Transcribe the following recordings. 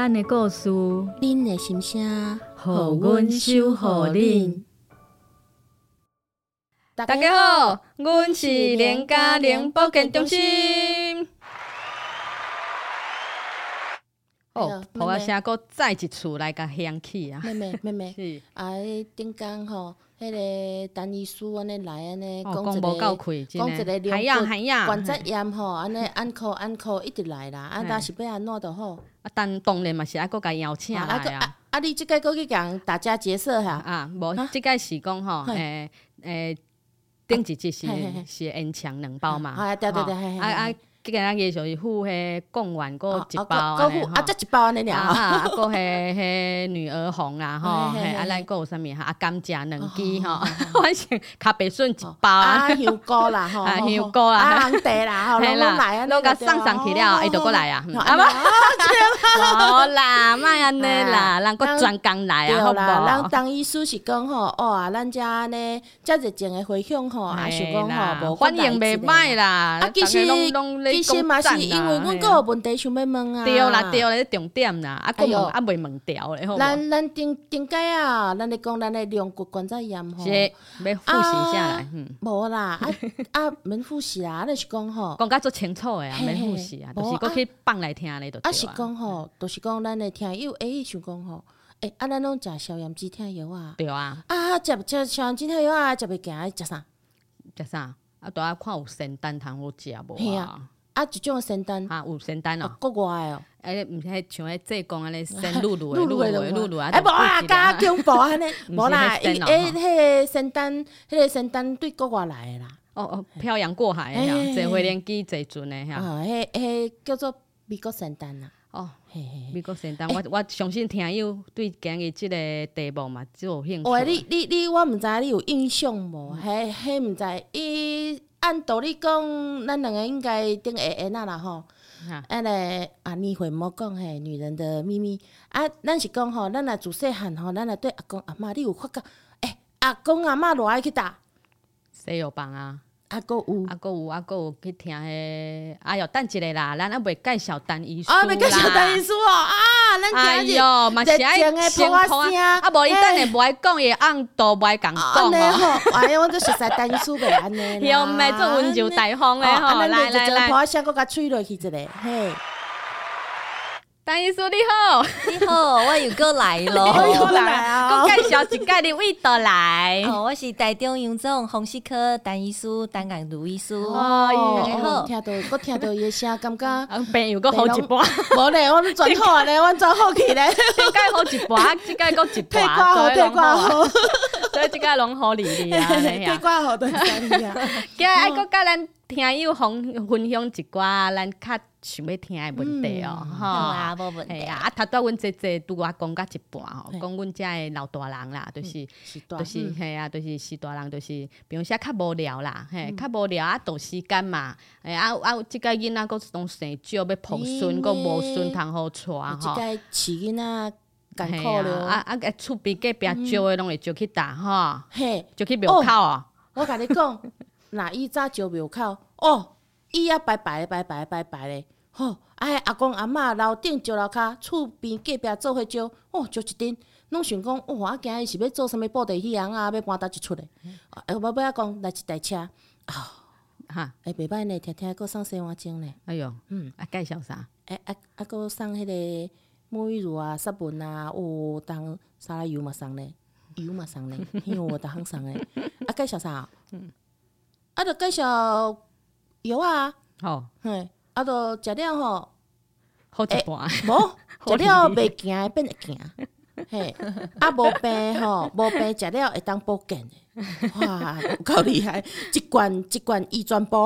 咱的故事， 恁的心声， 互阮守护恁。 大大家好，阮是连家联保健中心。哦，互我声阁再一次来甲响起啊！ 妹， 是迄顶工吼，迄个陈医师安尼来安尼讲无够开， 讲一个海呀， 关节炎吼，安尼按扣一直来啦，若是要安怎就好。 但当然嘛是爱阁甲邀请来啊！ 你即个阁去共大家结社哈？ 啊，无即个是讲吼，顶一集是延长2包嘛？ 对， 今日就是付迄贡丸搁一包安尼吼，则一包安尼尔。 搁迄女儿红啦吼，咱搁有啥物甘蔗2支吼，反正卡白笋1包香菇啦吼， 香菇啦， 红茶啦，吼，拢来啊， 拢甲送去了，伊就搁来啊。好啦，莫安尼啦，咱搁专工来啊，好无？ 咱当医师是讲吼，咱遮安尼遮热情的回响吼，也想讲吼，无反应袂歹啦。 其实嘛是因为阮阁有问题想要问啊。 对啦，这重点啦，佫问未问掉咧，好无？ 咱顶解啊，咱咧讲咱咧龙骨关节炎吼， 是要复习下来， 无啦，免复习啦，咱是讲吼， 讲甲足清楚诶啊，免复习啊，就是佫去放来听咧就对啊。 是讲吼，就是讲咱的听友想讲吼，咱拢食消炎止痛药啊。 对啊。 食消炎止痛药啊，食袂行，食啥？ 食啥？都要看有仙丹通好食无啊？ 一种仙丹有仙丹哦， 国外的哦。 毋是像迄济公安尼仙露露啊， 无啊，加恐怖安尼，无啦，迄个仙丹对国外来的啦。 哦，漂洋过海的，坐飞轮机坐船的遐。 迄叫做美国仙丹啦。 哦，美国仙丹，我相信听友对今日即个题目嘛，只有兴趣。 我毋知你有印象无？迄毋知伊。按道理讲，咱两个应该顶会缘啦吼。安尼年岁莫讲嘿，女人的秘密咱是讲吼，咱若自细汉吼，咱若对阿公阿嬷，你有发觉？阿公阿嬷偌爱去打西药房啊？ 佫有去听迄，哎哟，等一下啦，咱未介绍陈医师啦。未介绍陈医师咱今日嘛是爱先破啊，无伊等下无爱讲，伊按都无爱共讲哦。 我都熟悉陈医师袂安尼啦。 毋袂做温柔大方诶吼，来， 破声佫甲吹落去一下，嘿。 陈医师你好， 你好，我又搁来咯， 搁介绍一下你为倒来。 我是台中荣总风湿科陈医师、陈港卢医师。 大家好， 听到伊的声，感觉病又搁好一半。 无咧，我转好啊咧，我转好去咧。 顶届好一半，即届搁一半， 退挂好， 所以即届拢好哩啊。 退挂好都是你啊。 今日爱搁甲咱听友分享一寡咱较想要听的问题哦， 好啊，无问题啊。头拄阮坐拄我讲甲一半吼，讲阮遮的老大人啦，就是嘿啊，就是是大人，就是比如说较无聊啦，嘿，较无聊倒时间嘛，即个囡仔佫拢生少，要抱孙佫无孙通好带吼。 即个饲囡仔艰苦了。 厝边隔壁招的拢会招去打吼， 嘿， 招去庙口哦。 我甲你讲，若伊早招庙口伊白白咧，吼！阿公阿嬷楼顶招楼骹，厝边隔壁做伙招，招一阵，拢想讲，今日是要做啥物布袋戏啊？要搬倒一出咧。尾仔讲来一台车，袂歹呢，听佫送洗碗精咧。 哎哟，介绍啥？ 佫送迄个沐浴乳啊、纱粉啊，当沙拉油嘛送咧，油嘛送咧，有逐项送咧。介绍啥？就介绍。药啊， 吼， 嘿，就食了吼， 好一半， 无食了袂行变会行，嘿，无病吼，无病食了会当保健的，哇，够厉害，一罐医专包，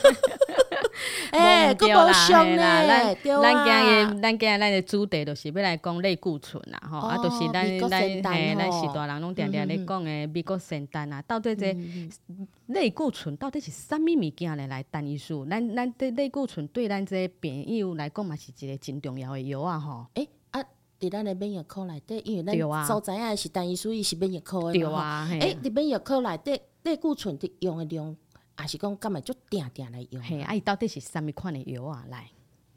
佫无伤呢，对啊。 咱今日咱的主题就是要来讲类固醇啦，吼，就是咱是大人拢定定咧讲的美国仙丹啊，到底这类固醇到底是啥物物件咧？来，陈医师，咱这类固醇对咱这病友来讲嘛是一个真重要的药啊，吼。 伫咱的免疫科内底，因为咱所知影是陈医师伊是免疫科的嘛，伫免疫科内底类固醇的用的量，也是讲敢会足定来用。 嘿，伊到底是啥物款的药啊？来，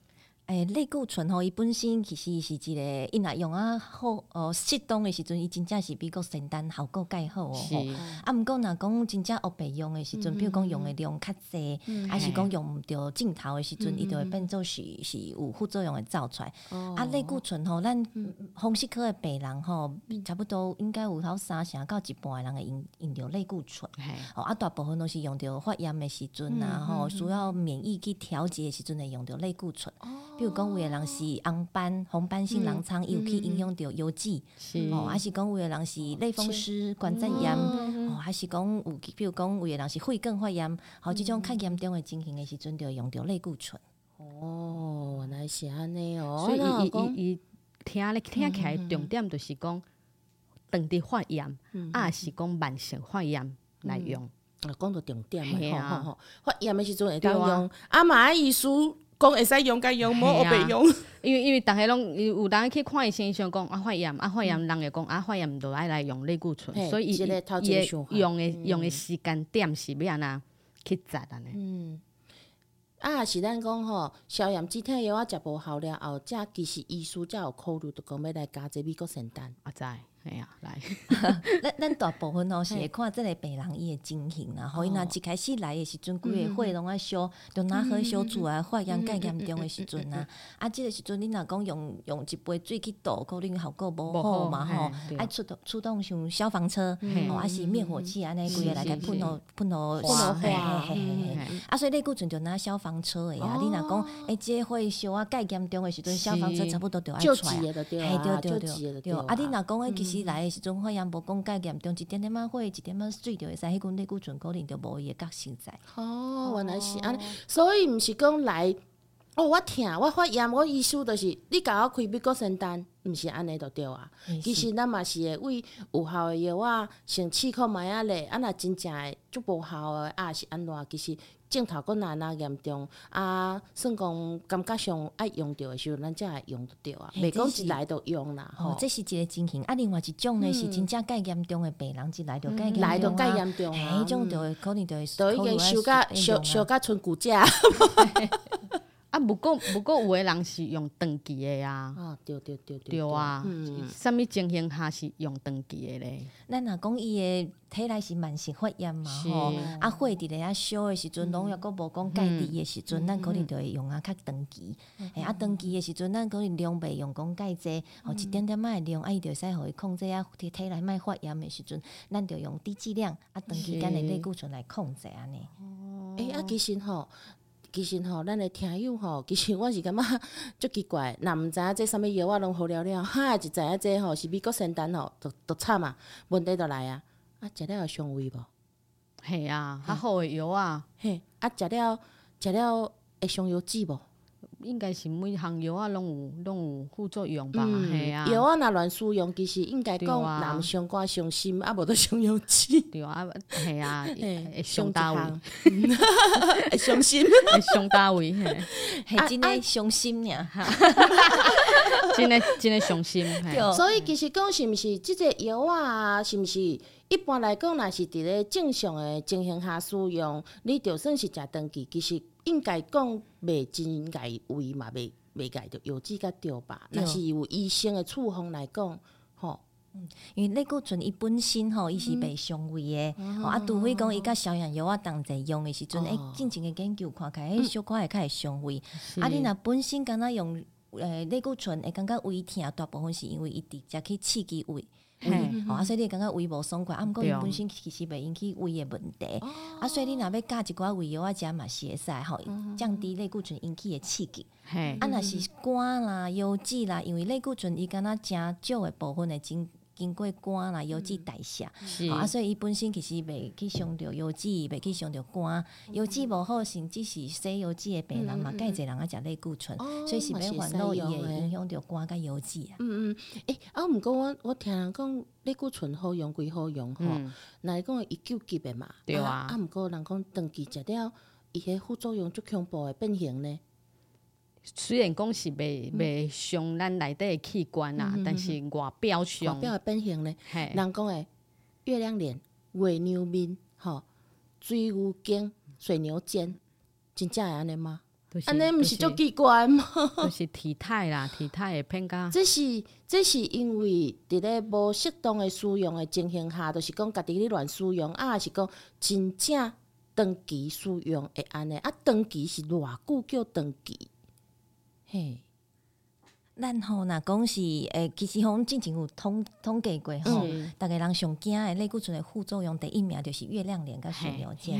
类固醇吼，伊本身其实是一个，伊若用好适当的时阵，伊真正是比个仙丹效果介好哦。毋过若讲真正黑白用的时阵，比如讲用的量较济，还是讲用毋着镜头的时阵，伊就会变做是有副作用会走出来。类固醇吼，咱风湿科的病人吼，差不多应该有头30%到一半的人会用着类固醇。大部分都是用着发炎的时阵吼，需要免疫去调节的时阵会用着类固醇。比如讲，有的人是红斑性狼疮，伊有去影响到腰肌，还是讲有的人是类风湿关节炎，还是讲有，比如讲有的人是肺梗发炎，即种较严重的情形的时阵，就会用到类固醇。 原来是安尼哦。 所以伊听起来重点就是讲，长期发炎，是讲慢性发炎来用。 讲到重点嘛，发炎的时阵会当用，嘛意思。讲会使用，该用，无黑白用。 因为逐个拢有人去看医生，想讲发炎，发炎人会讲发炎，毋就爱来用类固醇，所以伊用的时间点是要安那去择安尼。 是咱讲吼，消炎止痛药食无效了后，其实医师才有考虑，就讲要来加这美国仙丹。 知。系啊，来， 咱大部分是会看即个病人伊的情形啦。伊若一开始来的时阵，规个血拢爱烧，就拿好烧煮发炎介严重的时阵即个时阵你若讲用一杯水去倒，可能效果无好嘛吼。爱出动像消防车，还是灭火器安尼，规个来甲喷落花。所以类固醇就拿消防车的你若讲即个火烧介严重的时阵，消防车差不多就爱出来。 对。 你若讲其实来的时阵，发炎无讲介严重，一点点火、一点点水就会使，迄款类固醇可能就无伊的角性在。 原来是安尼，所以毋是讲来我疼，我发炎，我意思就是你甲我开美国仙丹，毋是安尼就对啊。其实咱嘛是会为有效的药先试看卖咧，若真正的足无效的是安怎？其实镜头搁若严重算讲感觉上爱用着的时候，咱才会用得着啊。袂讲一来就用啦。 这是一个情形。另外一种呢是真正介严重的病人，一来就介严重迄种就会可能就会已经烧甲剩骨架。 不过有的人是用长期的对啊，什么情形下是用长期的咧？ 咱若讲伊的体内是慢性发炎嘛吼，火伫咧烧的时阵，农药阁无讲介治的时阵，咱可能就会用较长期。长期的时阵，咱可能量袂用讲介济，一点点仔的量，伊就会使互伊控制体内莫发炎的时阵，咱就用低剂量长期间的类固醇来控制安尼。 其实咱的听友其实我是感觉足奇怪，若毋知影这啥物药拢好了了，就知影这是美国仙丹就惨啊，问题就来啊！食了会伤胃无？ 系啊，较好的药食了会伤腰子无？ 应该是每项药拢有副作用吧？系啊， 药若乱使用，其实应该讲若毋伤肝伤心，无就伤腰子。 对啊，系啊，会伤大胃， 会伤心， 会伤大胃， 系真诶伤心尔， 真诶伤心。 所以其实讲是毋是即个药是毋是一般来讲，若是伫咧正常诶情形下使用，你就算是食长期，其实应该讲袂真碍胃嘛，袂碍着腰子甲对吧？若是有医生诶处方来讲， 因为类固醇伊本身伊是袂伤胃诶，除非讲伊甲消炎药同齐用诶时阵，进前诶研究看起来，小可会较会伤胃。你若本身敢若用类固醇，会感觉胃疼，大部分是因为伊直接去刺激胃。所以你感觉胃无爽快，毋过伊本身其实袂引起胃的问题，所以你若要加一寡胃药食嘛是会使降低类固醇引起的刺激。若是肝啦、腰子啦，因为类固醇伊敢若真少的部分会经过肝啦、腰子代谢，所以伊本身其实袂去伤着腰子，袂去伤着肝。腰子无好，甚至是洗腰子的病人嘛，介侪人食类固醇，所以是免烦恼伊会影响着肝甲腰子啊。 毋过我听人讲类固醇好用归好用若是讲伊救急的嘛， 对啊。 毋过人讲长期食了，伊个副作用足恐怖的变形呢。 虽然讲是袂伤咱内底的器官但是外表上， 外表的变形呢，人讲的月亮脸、月牛面、水牛肩、水牛肩，真正会安尼吗？ 安尼毋是足奇怪吗？ 就是体态啦，体态会变甲。 这是因为伫咧无适当的使用的情形下，就是讲家己咧乱使用，还是讲真正长期使用会安尼？长期是偌久叫长期？嘿。 咱吼若讲是其实阮之前有统计过吼，逐个人上惊的类固醇的副作用，第一名就是月亮脸甲水牛肩。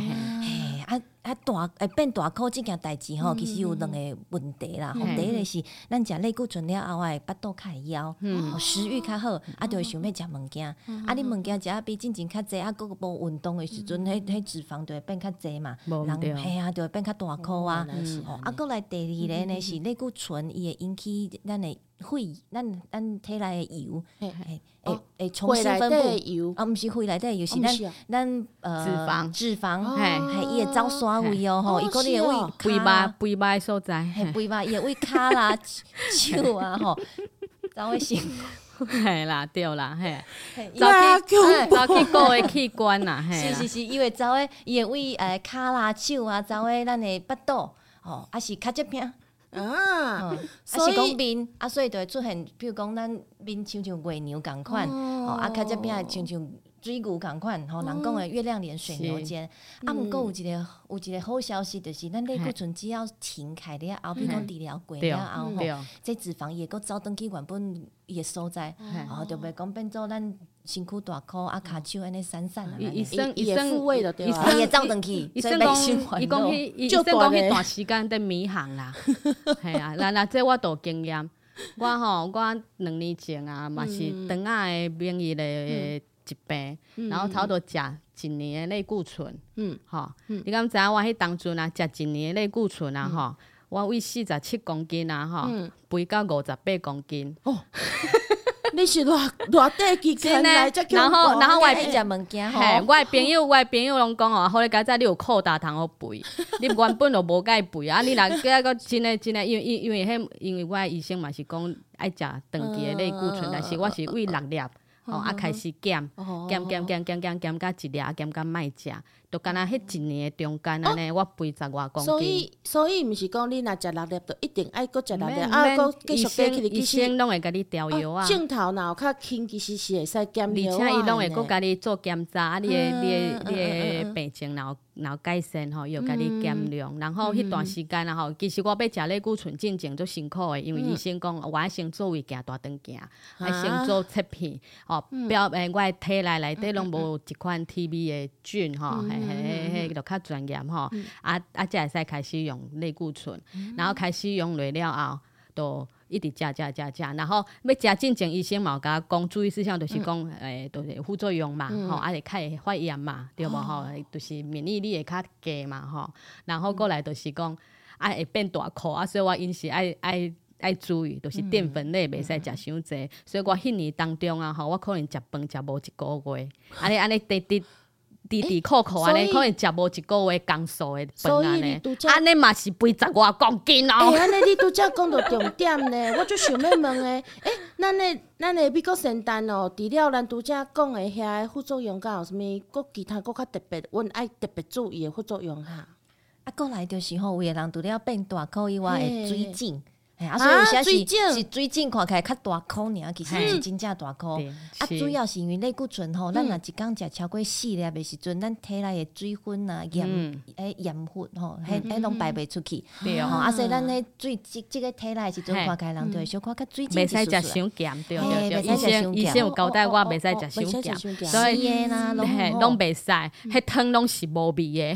变大箍即件代志吼，其实有两个问题啦。第一个是咱食类固醇了后，腹肚较会枵，食欲较好，就会想要食物件。你物件食比之前较济，佫无运动的时阵，迄脂肪就会变较济嘛。人就会变较大箍啊。佫来第二个呢是类固醇，伊会引起咱咱体内的油，会重新分布。毋是肺内底油，是咱脂肪，伊会走沙位哦，吼，伊可能会为肥肉所在， 肥肉伊会为骹啦、手啊，吼，走去身。 嘿啦，对啦，嘿，走去各个器官啦，嘿， 是，伊会走诶，伊会为骹啦、手啊，走诶，咱诶腹肚，吼，是脚趾病。是讲面，所以就会出现，比如讲咱面像月牛共款，脚趾边像水牛共款，人讲的月亮脸、水牛肩。毋过有一个好消息，就是咱类固醇只要停开了后，比如讲治疗过了后，这脂肪也会走转去原本伊的所在，就袂讲变做咱身躯大箍骹手安尼散散啊。 伊会复位了对啊，伊会走转去， 伊算讲迄段时间在迷航啦，系啊，那这我都有经验。我2年前啊，嘛是肠仔的免疫的疾病，然后差不多食1年的类固醇，你敢知影我迄当阵啊，食1年的类固醇啊，吼，我为47公斤啊，吼，肥到58公斤。 你是偌短期间来才然后我食物件吼， 我的朋友拢讲哦，好咧，佳仔你有扣大通好肥，你原本就无该肥啊！你若个真诶，因为我的医生嘛是讲爱食长期的类固醇，但是我是为6粒。开始减到1粒，减到莫食，就敢若迄1年的中间安尼，我肥10外公斤。 所以毋是讲你若食6粒，就一定爱搁食6粒，搁继续加起。 医生拢会甲你调药啊。 镜头若有较轻，其实是会使减药啊。 而且伊拢会搁甲你做检查，你的病情若有改善吼，又甲你减量。然后迄段时间啊吼，其实我要食类固醇进前足辛苦的，因为医生讲我爱先做位行大肠镜，爱先做切片。我的体内底拢无一款 TB 的菌吼，迄就较专业吼，才会使开始用类固醇，然后开始用落了后，就一直食，然后要食进前，医生嘛有甲我讲注意事项，就是讲就是副作用嘛，吼，会较会发炎嘛，对无吼，就是免疫力会较低嘛，吼，然后过来就是讲会变大箍，所以我饮食爱注意，就是淀粉类袂使食伤济，所以我迄年当中啊，吼，我可能食饭食无1个月，安尼滴扣安尼，可能食无1个月公数的饭安尼嘛是肥10外公斤哦。 安尼你拄则讲到重点呢，我就想要问诶，咱的美国圣诞哦，除了咱拄则讲的遐副作用，敢有啥物？搁其他搁较特别，阮爱特别注意的副作用哈。 过来就是吼，有的人除了变大箍以外，会水肿。所以有些是水肿看起来较大箍尔，其实是真正大箍。主要是因为类固醇吼，咱若一工食超过4粒的时阵，咱体内的水分啊、盐分吼，迄拢排袂出去。所以咱迄水即个体内的时阵，看起来人就会小可较水肿。 袂使食伤咸，对。医生有交代我袂使食伤咸，所以拢袂使，迄汤拢是无味的。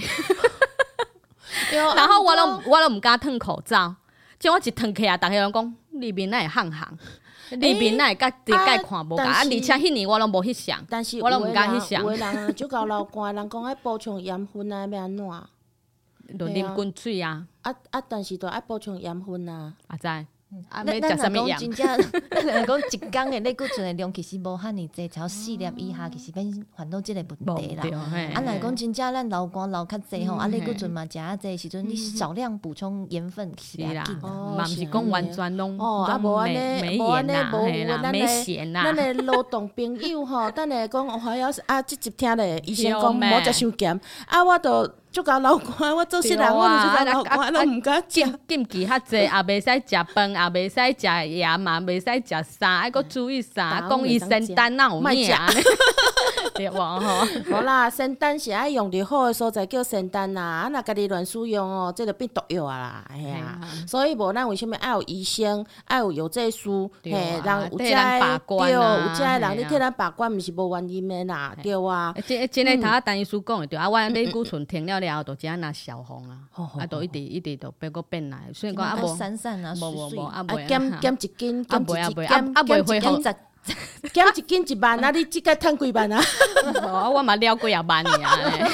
然后我拢毋敢脱口罩。像我一脱起来，逐个拢讲里面哪会烘烘，里面哪会甲看无甲，而且迄年我拢无翕相， 但是我拢毋敢翕相。 有的人就搞流汗，人讲爱补充盐分啊，要安怎？ 就啉滚水啊。 但是都爱补充盐分啊。 知。 要食啥物盐？咱讲一工的类固醇的量其实无遐尼济，超4粒以下，其实免烦恼即个问题啦。若讲真正咱流汗流较济吼，类固醇嘛食啊济时阵，你少量补充盐分是袂要紧啦。 嘛毋是讲完全拢无安尼，无安尼， 没咸啦。 咱的劳动朋友吼，等下讲还要即集听咧，医生讲莫食伤咸，我足够流汗，我做新人我就足够流汗，拢毋敢食。 禁忌较济，也袂使食饭，也袂使食盐嘛，袂使食啥，还佫注意啥？讲伊仙丹哪有影？对无吼？ 无啦，仙丹是爱用伫好诶所在叫仙丹啦，啊若家己乱使用哦，这就变毒药啊啦，嘿啊。所以无咱为什么爱有医生，爱有这师，嘿，人有这对，有这人咧替咱把关，毋是无原因诶啦，对啊。 真诶，头单医师讲诶对啊，我类固醇停了后，就只拿小红啊，啊，就一直就变来，所以讲啊无散散啊， 无啊减一斤，减恢复。 减一斤1万啊！你即个趁几万啊？ 我嘛了几啊万尔啊，了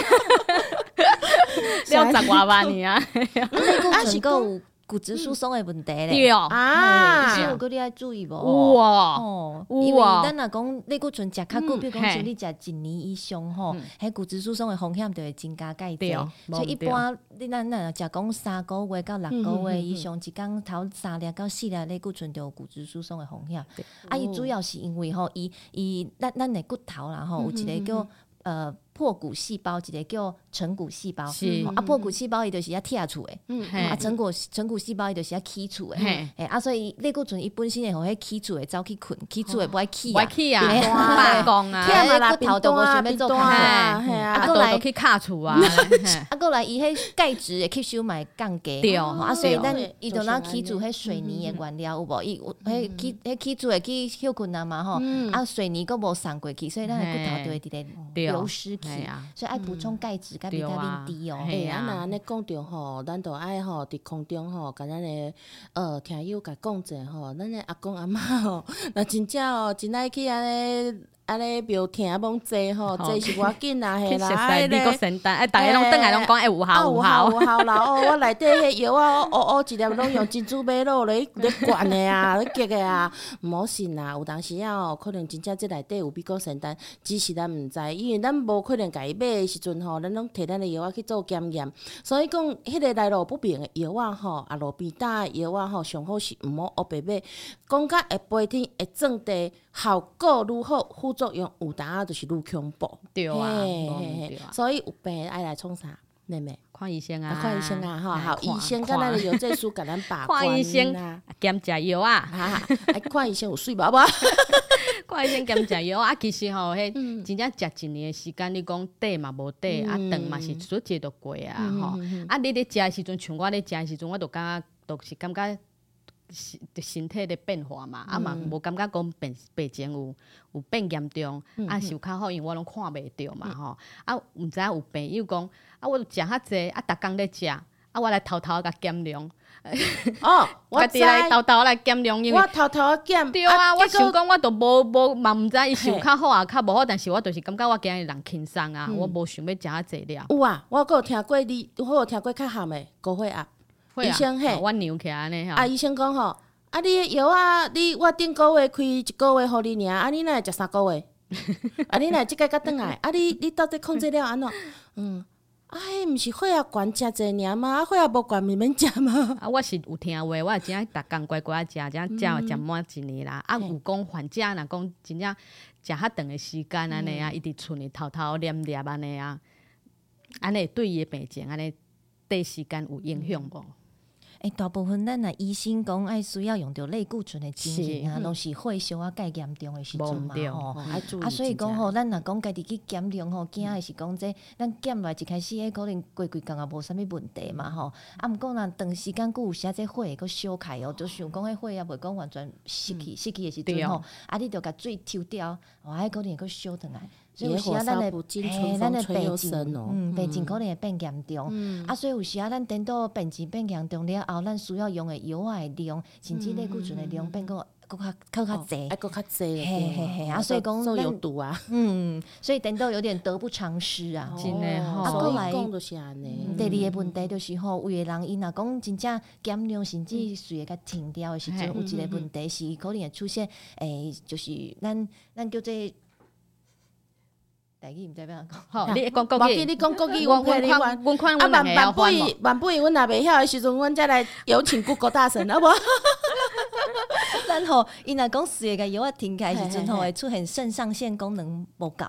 10外万尔啊。 啊是讲有骨质疏松的问题咧。 对啊，有个你爱注意无？ 有哦， 因为咱若讲类固醇食较久，比如讲像你食1年以上吼，迄骨质疏松的风险就会增加介济。所以一般咱若食讲3个月到6个月以上，一工头3粒到4粒类固醇就有骨质疏松的风险。啊，伊主要是因为吼，伊咱的骨头啦吼，有一个叫破骨细胞，一个叫成骨细胞。啊，破骨细胞伊就是遐拆除的，啊，成骨细胞伊就是遐起除的。啊，所以类固醇伊本身会互迄起除的走去困，起除的不爱起啊， 罢工啊， 骨头都无想要做开， 啊，过来去卡除啊， 啊，过来伊迄钙质的吸收嘛会降低， 对， 啊，所以咱伊就拿起除迄水泥的原料有无？伊迄起除会去休困啊嘛吼，啊，水泥佫无送过去，所以咱的骨头就会伫咧流失。所以爱补充钙质、甲维他命 D 哦。 啊，那安尼讲着吼，咱就爱吼伫空中吼，甲咱的听友甲讲者吼，咱的阿公阿嬷吼，若真正哦，真爱去安尼庙听蒙坐吼，坐是无要紧啦，嘿啦， 哎咧，美国仙丹，哎，逐个拢转来拢讲哎有效啦，哦，我内底迄药啊，乌一粒拢用珍珠玛瑙咧灌的啊，咧结的啊，毋好信啦，有当时啊哦，可能真正这内底有美国仙丹，只是咱毋知，因为咱无可能家己买的时阵吼，咱拢摕咱的药啊去做检验，所以讲迄个来路不明的药啊吼，啊路边搭的药啊吼，上好是毋好黑白买，讲甲会飞天会种地，效果愈好，副作用有当啊就是愈恐怖。 对啊， 所以有病爱来创啥？妹妹看医生啊， 看医生啊，好，医生甲咱有这书甲咱把关看医生啊，兼食药啊， 看医生有水无？ 看医生兼食药啊，其实吼，迄真正食1年的时间，你讲短嘛无短，啊长嘛是逐节就过啊吼。啊，你咧食的时阵，像我咧食的时阵，我就感觉身体的变化嘛，啊嘛无感觉讲病情有变严重，啊是有较好，因为我拢看袂着嘛吼。啊，毋知影有朋友讲，啊我食较济，啊逐工咧食，啊我来偷偷甲减量。 哦，我知来偷偷来减量，因为我偷偷减。 对啊，我想讲我都无嘛，毋知伊是有较好啊，较无好，但是我就是感觉我今日人轻松啊，我无想要食较济了。 有啊，我佫有听过我有听过较含的高血压。医生嘿， 我扭起安尼吼。 啊，医生讲吼，啊，你的药啊，我顶个月开1个月互你尔，啊，你哪会食3个月？啊，你哪会即个甲转来？啊，你到底控制了安怎？迄毋是血压悬食济尔吗？啊，血压无悬咪免食吗？ 啊，我是有听话，我真正逐工乖乖食，真正食满1年啦。啊，有讲患者若讲真正食较长的时间安尼啊，一直厝里偷偷念安尼啊，安尼对伊的病情安尼短时间有影响无？ 大部分咱医生讲爱需要用到类固醇的情形啊，拢是血小啊介严重的时阵嘛吼。啊，所以讲吼，咱若讲家己去减量吼，惊的是讲这咱减落一开始可能过几工也无啥物问题嘛吼。啊，毋过若长时间久有时这血会佫小开哦，就想讲迄血也袂讲完全失去的时阵吼，啊，你着甲水抽掉，迄可能会佫小转来。所以有时啊，咱的病情，病情可能会变严重。啊，所以有时啊，咱等到病情变严重了后，咱需要用的药啊的量，甚至类固醇的量变佫较济， 佫较济。 嘿，啊，所以讲有毒啊。 所以等到有点得不偿失啊。 真诶吼。 啊，过来就是安尼。 第二个问题就是吼，有的人伊若讲真正减量，甚至随会甲停掉的时阵，有一个问题是可能会出现，就是咱叫做。台语毋知要安怎讲， 好，你讲国语， 你讲国语，阮看啊，万不阮若袂晓的时阵，阮才来有请 Google 大神，好无？ 咱吼，伊若讲随个药啊停开时阵吼，会出现肾上腺功能无够。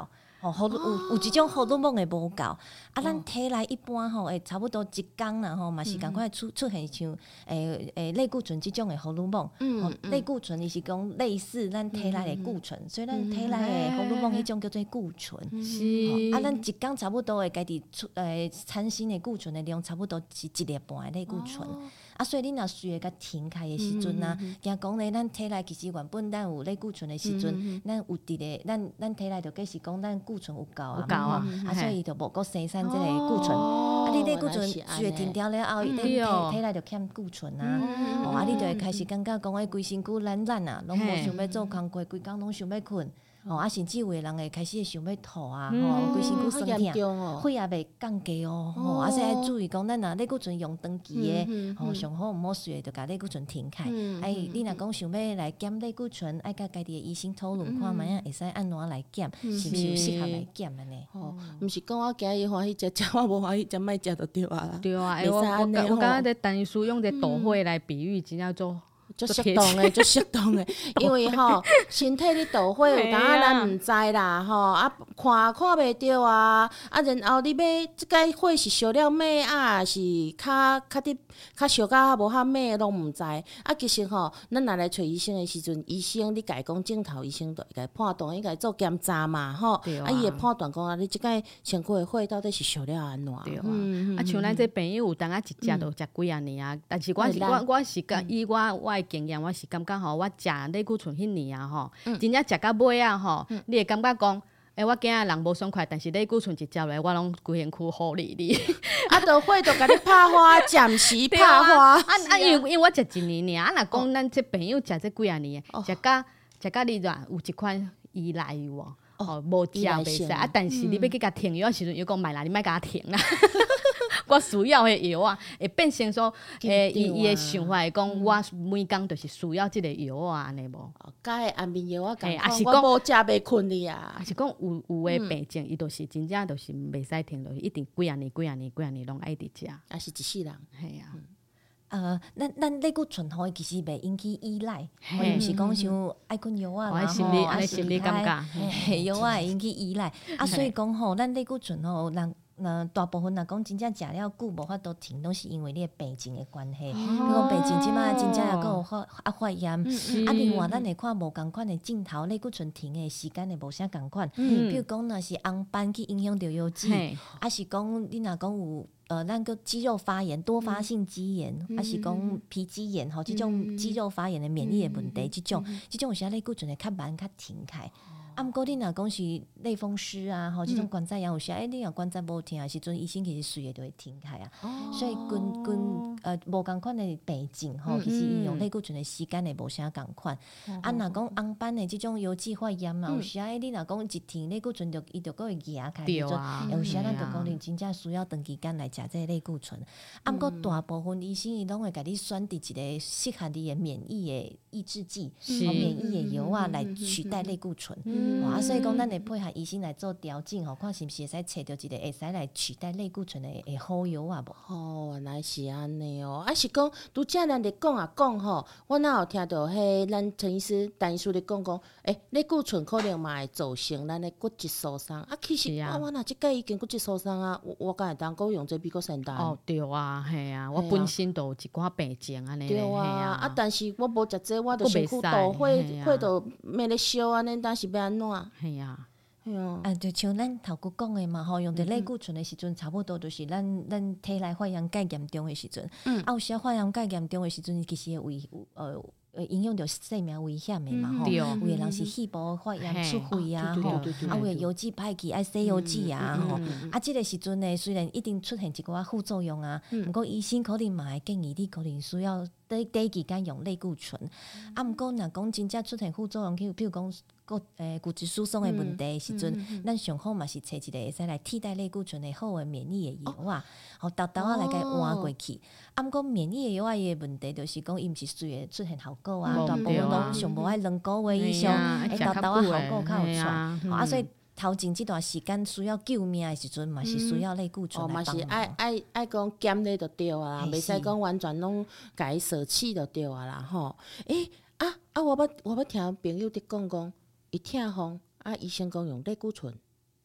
有一种荷尔蒙会无够，咱体内一般会差不多1工啦嘛是赶快出现像类固醇即种的荷尔蒙。类固醇伊是讲类似咱体内的固醇，所以咱体内的荷尔蒙迄种叫做固醇。咱1工差不多会家己产生的固醇的量差不多是1粒半的类固醇。所以你若需要甲停开的时阵啊，惊讲咧，咱体内其实原本咱有类固醇的时阵，咱有伫咧，咱体内就计是讲咱固醇有够啊，所以伊就无搁生产即个固醇。你类固醇需要停掉了后，咱体内就欠固醇啊，你就会开始感觉讲规身躯懒啊，拢无想要做工课，规工拢想要困。甚至有的人会开始想要吐啊，规身躯酸痛，血也袂降低哦。所以要注意讲，咱若类固醇用长期的，上好毋好随就甲类固醇停开。你若讲想要来减类固醇，爱甲家己的医生讨论看卖会使安怎来减，是毋是有适合来减安尼？ 毋是讲我惊伊欢喜食，我无欢喜食，莫食就对啊啦。 对啊，我感觉这陈医师用这豆花来比喻，真正做。 足适当诶，足适当诶，因为身体咧豆花有当咱毋知啦，看袂着啊，然后你要即个火是烧了咩是较烧甲无较咩拢毋知，其实咱若来找医生诶时阵，医生你甲伊讲镜头医生就会甲伊判断，伊甲伊做检查嘛，伊会判断讲你即个身躯诶火到底是烧了安怎？ 对像咱这朋友有当一食就食几年啊，但是我是以我经验，我是感觉我食类固醇迄年真正食到尾你会感觉讲，我惊人无爽快，但是类固醇一食落，我拢规身躯好哩哩。 就火就甲你拍花，暂时拍花。 因为我食1年尔，若讲咱这朋友食这几年食到你有一款依赖有无食袂使但是你要去甲停药时阵，又讲卖啦，你莫甲我停啦。我需要的药会变成说，伊的想法会讲，我每工就是需要即个药安尼无？ 甲安眠药共款，我无食袂困哩啊。 还是讲有的病症，伊就是真正就是袂使停落去，一定几啊年拢爱一直食。 也是一世人， 系啊。 咱类固醇其实袂引起依赖，毋是讲像爱困药啦， 心理感觉， 药会引起依赖。所以讲咱类固醇人大部分若讲真正食了久无法度停，拢是因为你的病情的关系。比如讲病情即马真正还有发炎，另外咱会看无共款的镜头，类固醇停的时间会无啥共款。比如讲若是红斑去影响到腰肌，是讲你若讲有。咱个肌肉发炎、多发性肌炎，是讲皮肌炎即种肌肉发炎的免疫的问题，即种有时类固醇会较慢较停开。毋过你若讲是类风湿啊，即种关节炎有时你若关节无疼的时阵，医生其实随就会停开啊。所以无共款的病症其实伊用类固醇的时间会无啥共款。若讲红斑的即种腰肌发炎有时你若讲一停类固醇伊就搁会压开时阵，有时咱就讲你真正需要长期间来食这类固醇。毋过大部分医生伊拢会甲你选择一个适合你的免疫的抑制剂、免疫的药来取代类固醇。所以讲，咱会配合医生来做调整看是毋是会使找到一个会使来取代类固醇的好药无？ 原来是安尼是讲拄则咱咧讲我哪有听到咱陈医师、陈医师咧讲，类固醇可能嘛会造成咱的骨质疏松其实我若即个已经骨质疏松我敢会当用这比较简单。 对啊，系啊，我本身都有一寡病症安尼。 对啊，但是我无食这，我就身躯豆火就灭咧烧安尼，但是要安怎？ 系啊， 就像咱头骨讲的嘛，用着类固醇的时阵，差不多就是咱体内发炎介严重的时阵，有时发炎介严重的时阵，其实会影响到生命危险的嘛，有的人是肺部发炎出血啊，有的腰肌歹去爱洗腰肌啊，即个时阵呢，虽然一定出现一寡副作用不过医生可能嘛会建议你可能需要短期间用类固醇，毋过若讲真正出现副作用，比如讲骨质疏松的问题的时阵，咱上好嘛是找一个会使来替代类固醇的好的免疫的药豆来甲伊换过去。毋过免疫的药伊的问题就是讲，伊毋是随会出现效果大部分拢上无爱2个月以上，豆效果较有出所以头前这段时间需要救命的时阵，嘛是需要类固醇来帮忙。 嘛是爱讲减咧就对啊啦，袂使讲完全拢甲伊舍弃就对啊啦我捌听朋友伫讲伊痛风医生讲用类固醇，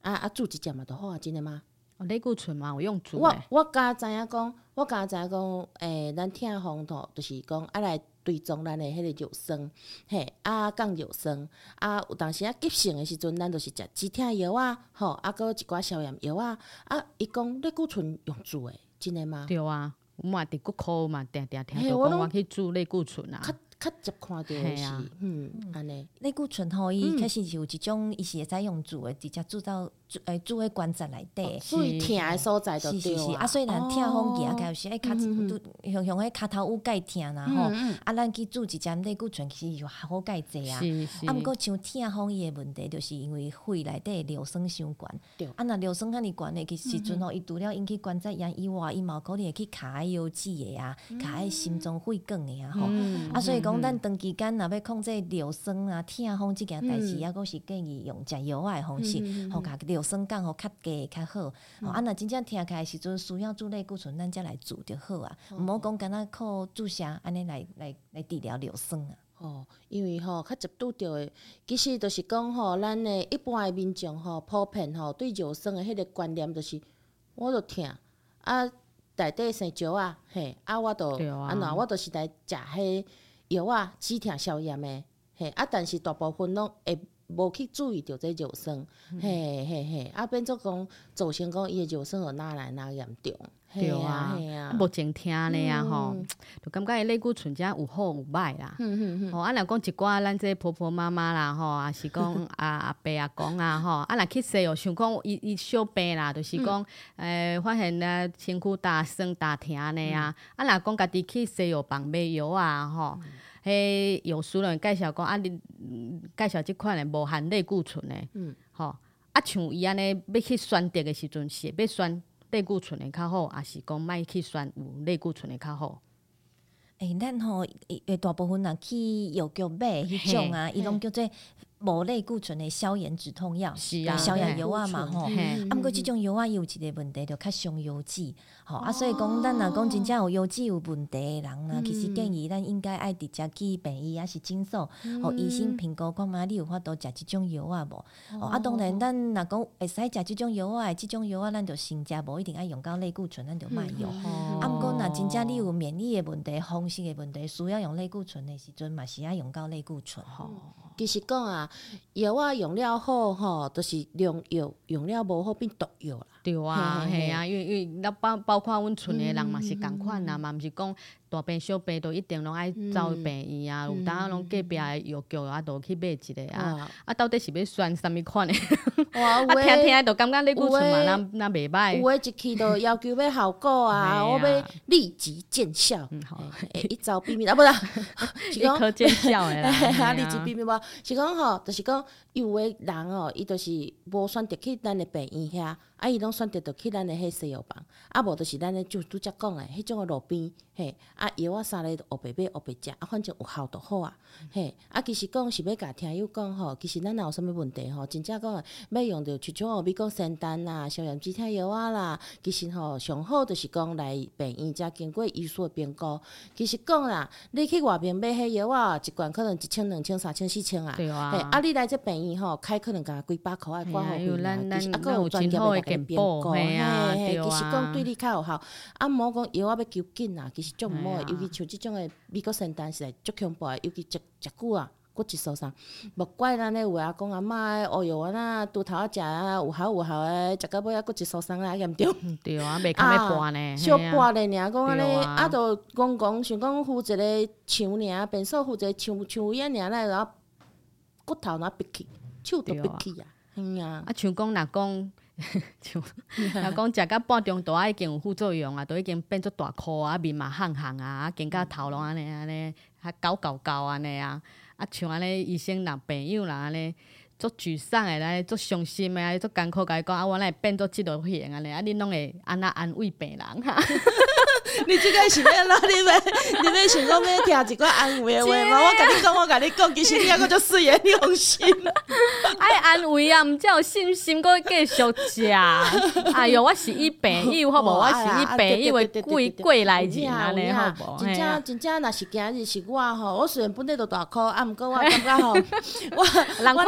煮一只嘛就好啊，真诶吗？ 类固醇嘛，有用煮我诶。 我敢知影讲，咱痛风吼，就是讲来追踪咱诶迄个肉酸，降肉酸，有当时急性诶时阵，咱就是食止痛药吼，搁一寡消炎药伊讲类固醇用煮诶，真诶吗？ 对啊，我嘛伫骨科嘛，定定听到讲我去煮类固醇啊。 较接看到诶是，安尼。 类固醇吼，伊确实是有一种，伊是会使用煮诶，直接煮到煮诶关节内底。 最痛诶所在就对啊。所以咱痛风举有时较像迄骹头有介痛啦吼，咱去煮一针类固醇，其实就好介济啊。毋过像痛风伊诶问题，就是因为肺内底硫酸伤悬。若硫酸遐尼悬诶时阵吼，伊除了引起关节炎以外，伊嘛可能会去卡腰子诶卡心脏肺管诶吼。所以讲咱长期间若要控制硫酸痛风即件代志，抑搁是建议用食药仔诶方式，互甲硫酸降互较低较好。若真正痛起来时阵需要煮类固醇，咱才来煮就好啊。毋好讲敢若靠注射安尼来治疗硫酸啊。 因为较接拄着诶，其实就是讲咱诶一般诶民众普遍对肉酸诶迄个观念就是我著痛内底生石我著安怎我著是来食迄药止痛消炎诶，但是大部分拢会无去注意着这肉酸，变做讲造成讲伊诶肉酸就哪来哪严重。 对啊，无净听咧吼，就感觉类固醇遮有好有歹啦。若讲一寡咱这婆婆妈妈啦，也是讲阿伯阿公吼，若去洗想讲伊小病啦，就是讲发现身躯打酸打疼安尼若讲家己去西药房买药吼。迄药师就介绍讲你介绍即款诶无含类固醇诶，像伊安尼要去选择诶时阵，是要选类固醇诶较好，还是讲莫去选有类固醇诶较好？ 咱大部分人去药局买迄种伊拢叫做无类固醇的消炎止痛药，消炎药嘛吼。毋过即种药伊有一个问题，就较伤腰子，所以讲咱若讲真正有腰子有问题的人其实建议咱应该爱直接去病医还是诊所，医生评估看觅你有法度食即种药无。当然咱若讲会使食即种药即种药咱就先食，无一定爱用到类固醇，咱就莫用。毋过若真正你有免疫的问题、风湿的问题，需要用类固醇的时阵，嘛是爱用到类固醇。 其实讲药用了好就是良药，用了无好变毒药啦。 对啊，因为包括阮厝诶人嘛是共款嘛毋是讲大病小病都一定拢爱走病院有当拢隔壁诶药局都去买一个到底是要选啥物款诶？听就感觉类固醇嘛，咱袂歹。 有诶一去就要求要效果我要立即见效，一招毙命不啦， 是讲立刻见效诶啦， 立即毙命无？是讲就是讲有诶人伊就是无选择去咱诶病院遐，伊拢选择着去咱诶迄西药房，无就是咱诶就拄则讲诶迄种诶路边药啥咧黑白买黑白食，反正有效就好其实讲是要甲听友讲其实咱若有啥物问题真正讲要用着像像美国仙丹啦、消炎止痛药啦，其实上好就是讲来病院才经过医师诶评估。其实讲啦，你去外面买迄药一罐可能1000、2000、3000、4000 对你来这病院开可能甲几百箍挂号费其实咱有专业诶甲你评估， 其实讲对你较有效。毋好讲药要求紧其实足毋好尤其像即种诶美国仙丹是足恐怖诶，尤其食久骨质疏松，莫怪咱咧有阿公阿嬷诶，黑药丸拄头食有效诶，食到尾骨质疏松严重。 对袂较要搬呢， 小搬咧尔，讲安尼就讲想讲扶一个墙尔，变数扶一个墙位尔，然后骨头逼去，手都逼去像讲若讲。若讲食到半中途已经有副作用都已经变做大箍面嘛烘经甲头拢安尼高安尼像安尼医生人朋友人安尼足沮丧诶，足伤心诶，足艰苦甲伊讲我哪会变做即落型安尼恁拢会安那安慰病人你即个是要哪你要想讲要听一寡安慰的话吗？我甲你讲，其实你抑个足水诶，你放心。 爱安慰毋才有信心，搁继续食。哎哟，我是伊朋友，好无？我是伊朋友诶过来人安尼，好无？ 真正，若是今日是我虽然本来就大箍，毋过我感觉我人看无你大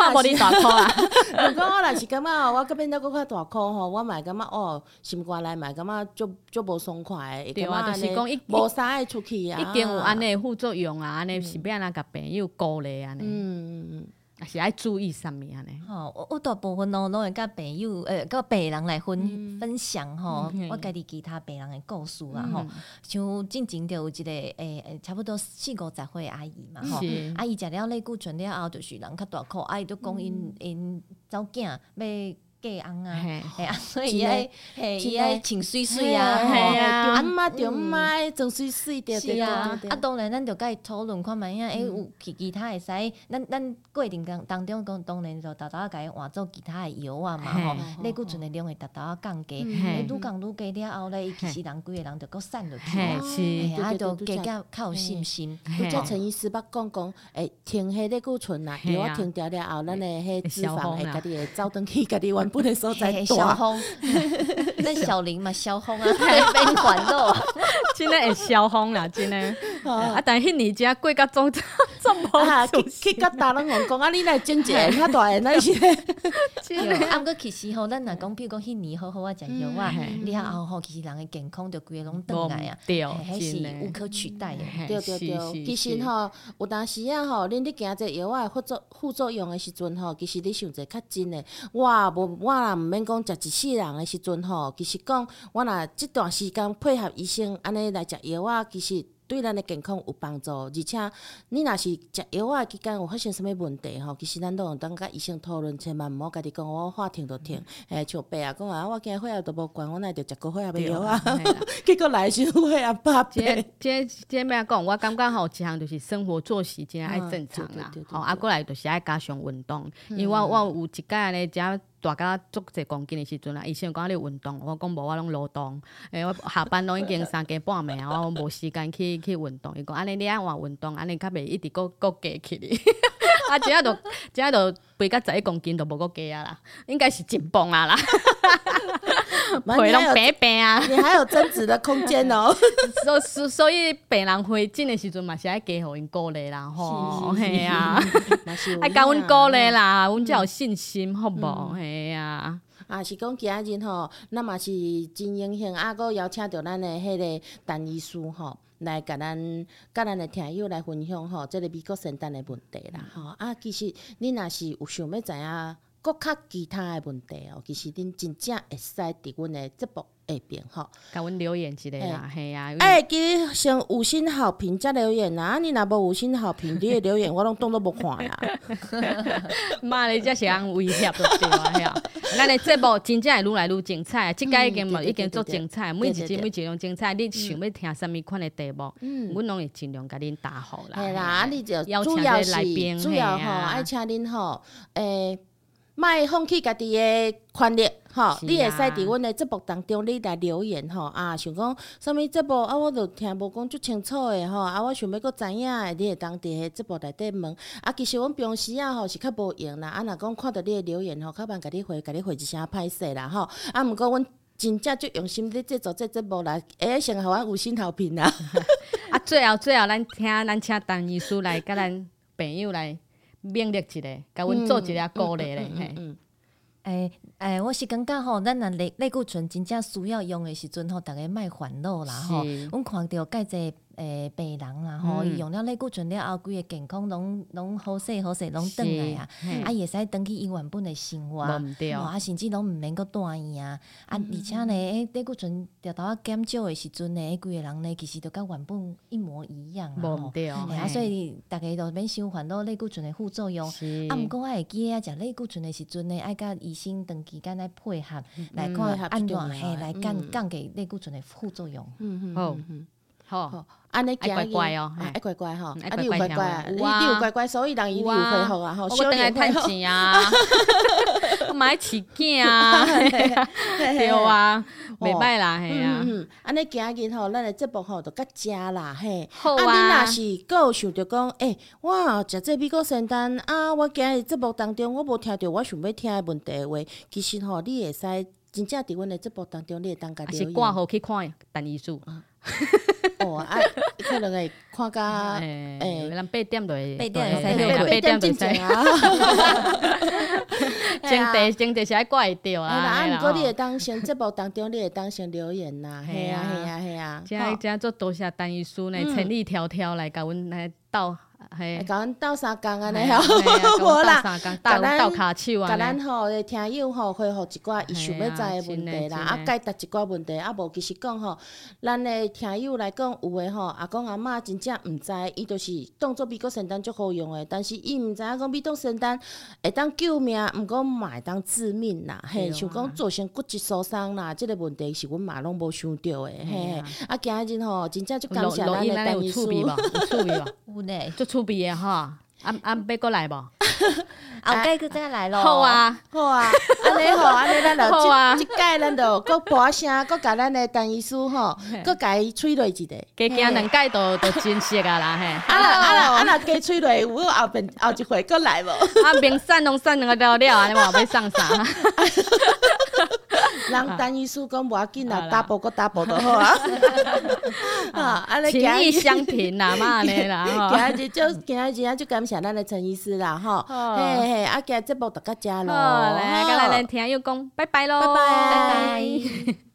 大箍啊。 如果我若是感觉我变得搁较大箍吼，我嘛感觉心肝内嘛感觉足无爽快的， 对啊，就是讲无啥爱出去啊， 已经有安尼副作用啊，安尼是要安怎甲朋友鼓励安尼。也是爱注意啥物安尼？ 我大部分拢会甲朋友甲病人来分享吼，我家己其他病人的故事啊吼。像进前就有一个差不多40-50岁的阿姨嘛吼，阿姨食了类固醇了后，就是人较大箍，阿姨就讲因某囝要嫁翁啊，所以伊爱穿水水啊， 阿妈着妈装水水着是啊，当然咱着甲伊讨论看卖影，有其他会使，咱过程当中当然就豆豆甲伊换做其他的药啊嘛吼，类固醇的量会豆豆降低，愈降愈低了后咧，伊其实人规个人着搁散落去，啊，就加较有信心。 拄则陈医师捌讲，停迄类固醇啦，药停掉了后，咱的迄脂肪会家己会走转去家己原本的所在消风，咱小林嘛消风啊，变烦恼， 真诶会消风啦，真诶。但迄年真过甲总无去甲大人讲啊，你来整一个较大个那是。 啊，毋过其实吼，咱若讲，比如讲迄年好好啊食药啊，了后吼，其实人诶健康着规个拢转来啊，迄是无可取代诶。 对，其实吼，有当时啊吼，恁伫行这药啊副作用诶时阵吼，其实你想者较真诶，我若毋免讲食一世人诶时阵吼，其实讲我若即段时间配合医生安尼来食药啊，其实对咱的健康有帮助，而且你若是食药啊期间有发生啥物问题吼，其实咱都用当甲医生讨论，千万毋好家己讲我话停就停。像爸啊讲啊，我今血压都无悬，我哪会着食过血压的药啊？结果来时血压100。 这要讲，我感觉吼，一项就是生活作息真爱正常啦，吼，啊，过来就是爱加上运动，因为我有一届安尼食大甲足侪公斤的时阵啊，医生讲你运动，我讲无，我拢劳动。我下班拢已经3更半暝啊，我无时间去运动。伊讲安尼你爱换运动，安尼较袂一直搁加起哩。啊，即下就肥甲11公斤都无搁加啊啦，应该是进步啊啦。腿拢白白啊， 你还有增值的空间哦。 所以病人回诊的时阵嘛是爱加互因鼓励啦吼，嘿啊，爱甲阮鼓励啦，阮才有信心，好无？嘿啊。 啊，是讲今仔日吼，咱嘛是真荣幸，啊，搁邀请到咱的迄个陈医师吼，来甲咱的听友来分享吼，即个美国圣诞的问题啦吼。啊，其实你若是有想要知影搁较其他的问题其实恁真正会使伫阮的节目下边吼， 甲阮留言一下啦，嘿啊。 记得先5星好评才留言啦，你若无5星好评，你的留言我拢当作无看啦。 妈咧，才是人威胁就对啊！咱的节目真正会愈来愈精彩，即个已经足精彩，每一集拢精彩。你想要听啥物款的题目，阮拢会尽量甲恁答复啦。 嘿啦，你就主要是主要吼，爱请恁吼，莫放弃家己的权利吼，你会使伫阮的节目当中，你来留言吼啊，想讲啥物节目啊，我著听无讲足清楚的吼啊，我想要搁知影的，你会当伫迄节目内底问啊。其实阮平时啊吼是较无用啦，啊若讲看到你的留言吼，较慢甲你回一声歹势啦吼啊。毋过阮真正足用心伫制作这节目啦，先互阮5星好评啦。 啊，最后咱请陈医师来甲咱朋友来勉励一下，甲阮做一个鼓励咧。 我是感觉吼，咱若类固醇真正需要用的时阵吼，逐个莫烦恼啦吼。阮看到介济病人啦吼，伊用了类固醇了后，规个健康拢好势拢转来啊，啊会使转去伊原本的生活，啊甚至拢毋免搁住院啊，而且呢，类固醇调头啊减少的时阵呢，规个人呢其实就甲原本一模一样啊，啊所以大家就免伤烦恼类固醇的副作用，啊毋过我会记啊，食类固醇的时阵呢，爱甲医生长期间来配合，来看安怎来降低类固醇的副作用。 好， 安尼乖乖哦， 爱乖乖吼，啊你有乖乖，你有乖乖，所以人伊有恢复啊，吼， 我等来趁钱啊，我嘛爱饲囝啊，对啊，袂歹啦，嘿啊， 安尼今日吼，咱的节目吼就到遮啦，嘿， 好啊，你若是搁有想着讲，我食这美国圣诞啊，我今日节目当中我无听着我想要听的问题的话，其实吼，你会使真正伫阮的节目当中，你会当甲留言， 是挂号去看陈医师。 啊，可能会看甲咱8点就会 8点会会 8点进前啊。 前提是爱挂会着啊。 啊，毋过你会当先节目当中，你会当先留言啦，嘿啊。 真做多谢陈医师呢，千里迢迢来甲阮来斗。 甲阮斗3工安尼吼，无啦， 斗骹手啊， 甲咱吼诶听友吼回复一寡伊想要知诶问题啦，啊解答一寡问题，啊无其实讲吼，咱诶听友来讲有诶吼，阿公阿嬷真正毋知，伊就是当做美国仙丹足好用诶，但是伊毋知影讲美国仙丹会当救命，毋过嘛会当致命啦，嘿，像讲造成骨质疏松啦，即个问题是阮嘛拢无想到诶，嘿，啊今日吼真正足感谢咱诶陈医师， 有趣味无？ 有呢， 足趣味诶吼，要过来无？ 后摆佫再来咯。 好啊，安尼吼，安尼咱就即摆咱就佫播声，佫甲咱诶陈医师吼，佫甲伊催落一个， 加惊2届就真熟啊啦嘿。 啊若加催落，有后一回佫来无？ 啊，明散拢散2个了，安尼嘛要送啥？ 人陈医师讲无要紧啦，double 佫 double 就好啊。安尼情义相挺啦嘛，安尼啦吼。 今日真就感谢咱的陈医师啦吼，嘿，啊今日节目就到遮咯。 好，来，甲咱听友讲，拜拜咯， 拜拜。